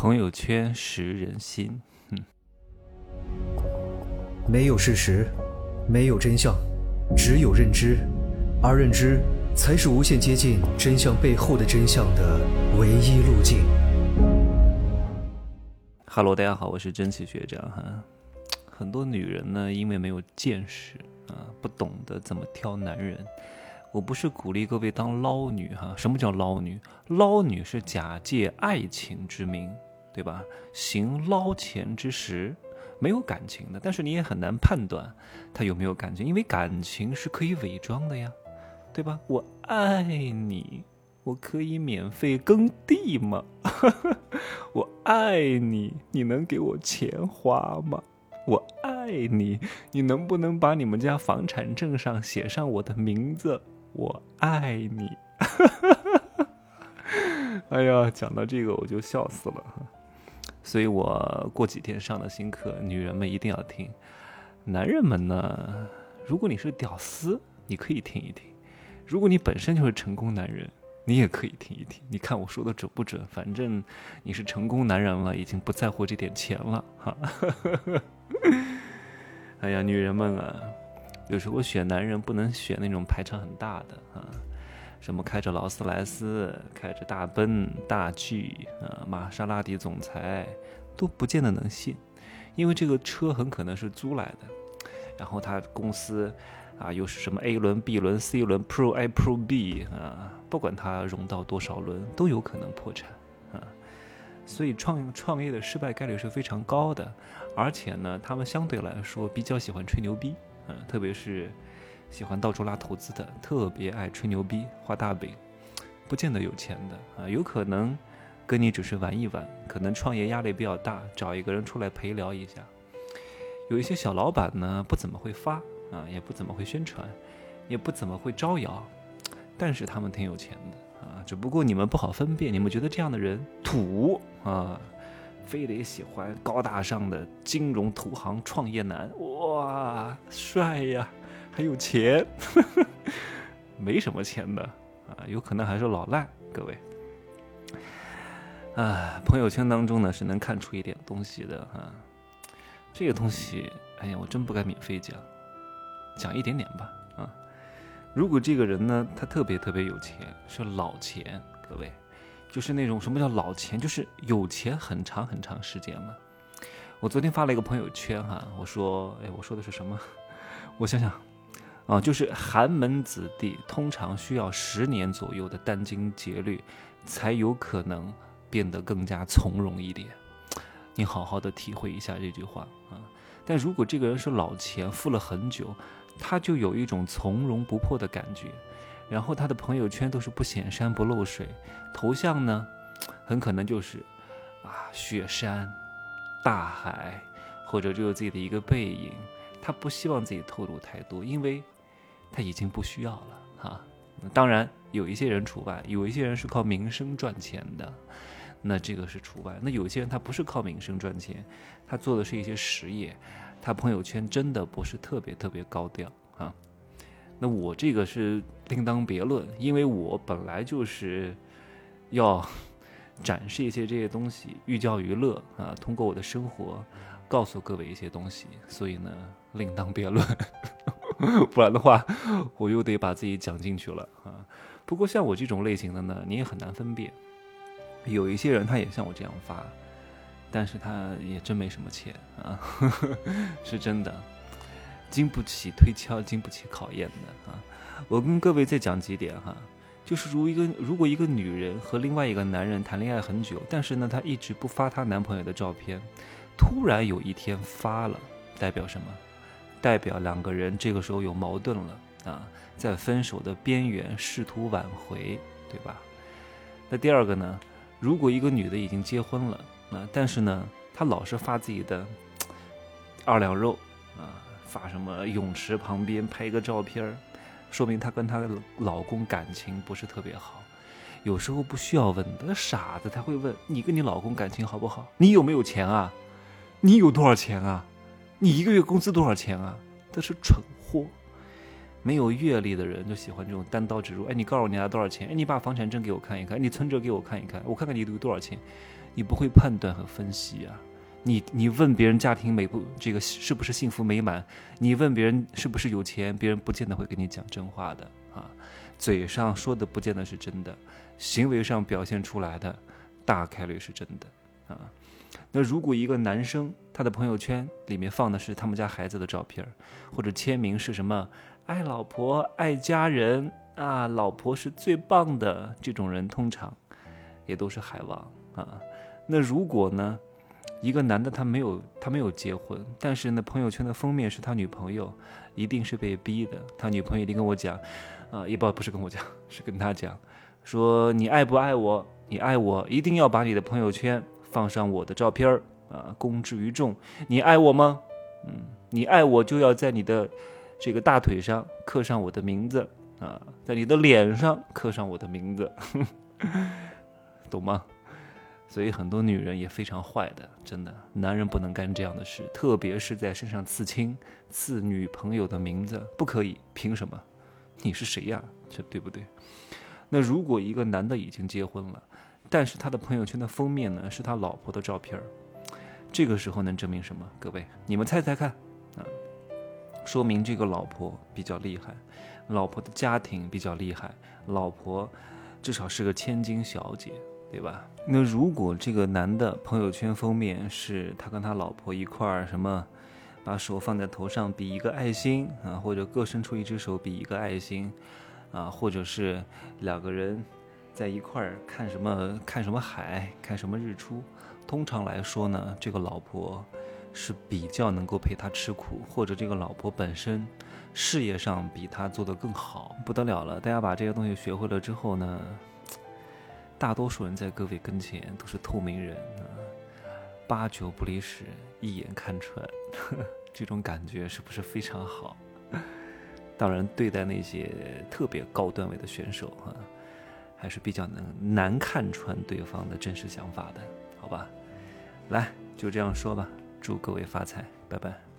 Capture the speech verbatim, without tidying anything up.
朋友圈识人心。嗯， 没有事实，没有真相，只有认知，而认知才是无限接近真相背后的真相的唯一路径。 哈喽，大家好，我是真奇学长哈。很多女人呢，因为没有见识啊，不懂得怎么挑男人。我不是鼓励各位当捞女哈，什么叫捞女？捞女是假借爱情之名，对吧？行捞钱之实，没有感情的，但是你也很难判断他有没有感情，因为感情是可以伪装的呀，对吧？我爱你，我可以免费耕地吗？我爱你，你能给我钱花吗？我爱你，你能不能把你们家房产证上写上我的名字？我爱你。哎呀，讲到这个我就笑死了。所以我过几天上的新课，女人们一定要听。男人们呢，如果你是屌丝，你可以听一听；如果你本身就是成功男人，你也可以听一听。你看我说的准不准？反正你是成功男人了，已经不在乎这点钱了哈。哎呀，女人们啊，有时候选男人不能选那种排场很大的啊，什么开着劳斯莱斯、开着大奔、大 G 啊，玛莎拉蒂总裁都不见得能信，因为这个车很可能是租来的，然后他公司啊又是什么 A 轮、B 轮、C 轮、Pro A、Pro B 啊，不管他融到多少轮，都有可能破产啊。所以创创业的失败概率是非常高的，而且呢，他们相对来说比较喜欢吹牛逼，嗯，特别是喜欢到处拉投资的，特别爱吹牛逼、画大饼，不见得有钱的啊，有可能跟你只是玩一玩，可能创业压力比较大，找一个人出来陪聊一下。有一些小老板呢，不怎么会发啊，也不怎么会宣传，也不怎么会招摇，但是他们挺有钱的。啊，只不过你们不好分辨，你们觉得这样的人土啊，非得喜欢高大上的金融投行创业男，哇，帅呀，还有钱，没什么钱的啊，有可能还是老赖，各位。啊，朋友圈当中呢是能看出一点东西的啊，这个东西，哎呀，我真不该免费讲，讲一点点吧啊。如果这个人呢，他特别特别有钱，是老钱，各位，就是那种什么叫老钱，就是有钱很长很长时间了。我昨天发了一个朋友圈哈，我说，哎，我说的是什么？我想想，啊，就是寒门子弟通常需要十年左右的殚精竭虑，才有可能变得更加从容一点。你好好的体会一下这句话啊。但如果这个人是老钱，富了很久，他就有一种从容不迫的感觉，然后他的朋友圈都是不显山不漏水，头像呢很可能就是啊雪山、大海，或者只有自己的一个背影，他不希望自己透露太多，因为他已经不需要了哈。当然有一些人除外，有一些人是靠名声赚钱的，那这个是除外。那有些人他不是靠名声赚钱，他做的是一些实业，他朋友圈真的不是特别特别高调啊。那我这个是另当别论，因为我本来就是要展示一些这些东西，寓教于乐啊，通过我的生活告诉各位一些东西，所以呢另当别论。不然的话我又得把自己讲进去了啊。不过像我这种类型的呢，你也很难分辨，有一些人他也像我这样发，但是他也真没什么钱啊，是真的经不起推敲，经不起考验的啊。我跟各位再讲几点哈，就是如一个如果一个女人和另外一个男人谈恋爱很久，但是呢她一直不发她男朋友的照片，突然有一天发了，代表什么？代表两个人这个时候有矛盾了啊，在分手的边缘试图挽回，对吧？那第二个呢，如果一个女的已经结婚了啊，但是呢她老是发自己的二两肉啊，发什么泳池旁边拍一个照片，说明她跟她的老公感情不是特别好。有时候不需要问的，傻子才会问你跟你老公感情好不好，你有没有钱啊，你有多少钱啊，你一个月工资多少钱啊？这是蠢货。没有阅历的人就喜欢这种单刀直入，哎，你告诉我你拿多少钱？哎，你把房产证给我看一看，你存折给我看一看，我看看你有多少钱。 你不会判断和分析啊。你你问别人家庭美不这个是不是幸福美满，你问别人是不是有钱，别人不见得会跟你讲真话的啊。嘴上说的不见得是真的，行为上表现出来的大概率是真的啊。那如果一个男生他的朋友圈里面放的是他们家孩子的照片，或者签名是什么爱老婆爱家人啊，老婆是最棒的，这种人通常也都是海王啊。那如果呢一个男的他没有他没有结婚，但是呢朋友圈的封面是他女朋友，一定是被逼的。他女朋友一定跟我讲啊，一般不是跟我讲，是跟他讲，说你爱不爱我？你爱我，一定要把你的朋友圈放上我的照片啊，公之于众。你爱我吗？嗯，你爱我就要在你的这个大腿上刻上我的名字啊，在你的脸上刻上我的名字，懂吗？所以很多女人也非常坏的，真的，男人不能干这样的事，特别是在身上刺青，刺女朋友的名字，不可以，凭什么？你是谁呀？这对不对？那如果一个男的已经结婚了，但是他的朋友圈的封面呢是他老婆的照片，这个时候能证明什么？各位，你们猜猜看啊？说明这个老婆比较厉害，老婆的家庭比较厉害，老婆至少是个千金小姐，对吧？那如果这个男的朋友圈封面是他跟他老婆一块儿什么，把手放在头上比一个爱心啊，或者各伸出一只手比一个爱心啊，或者是两个人在一块儿看什么看什么海，看什么日出，通常来说呢，这个老婆是比较能够陪他吃苦，或者这个老婆本身事业上比他做得更好，不得了了。大家把这些东西学会了之后呢，大多数人在各位跟前都是透明人啊，八九不离十，一眼看穿，呵呵，这种感觉是不是非常好？当然，对待那些特别高段位的选手哈、啊，还是比较能难看穿对方的真实想法的，好吧？来，就这样说吧，祝各位发财，拜拜。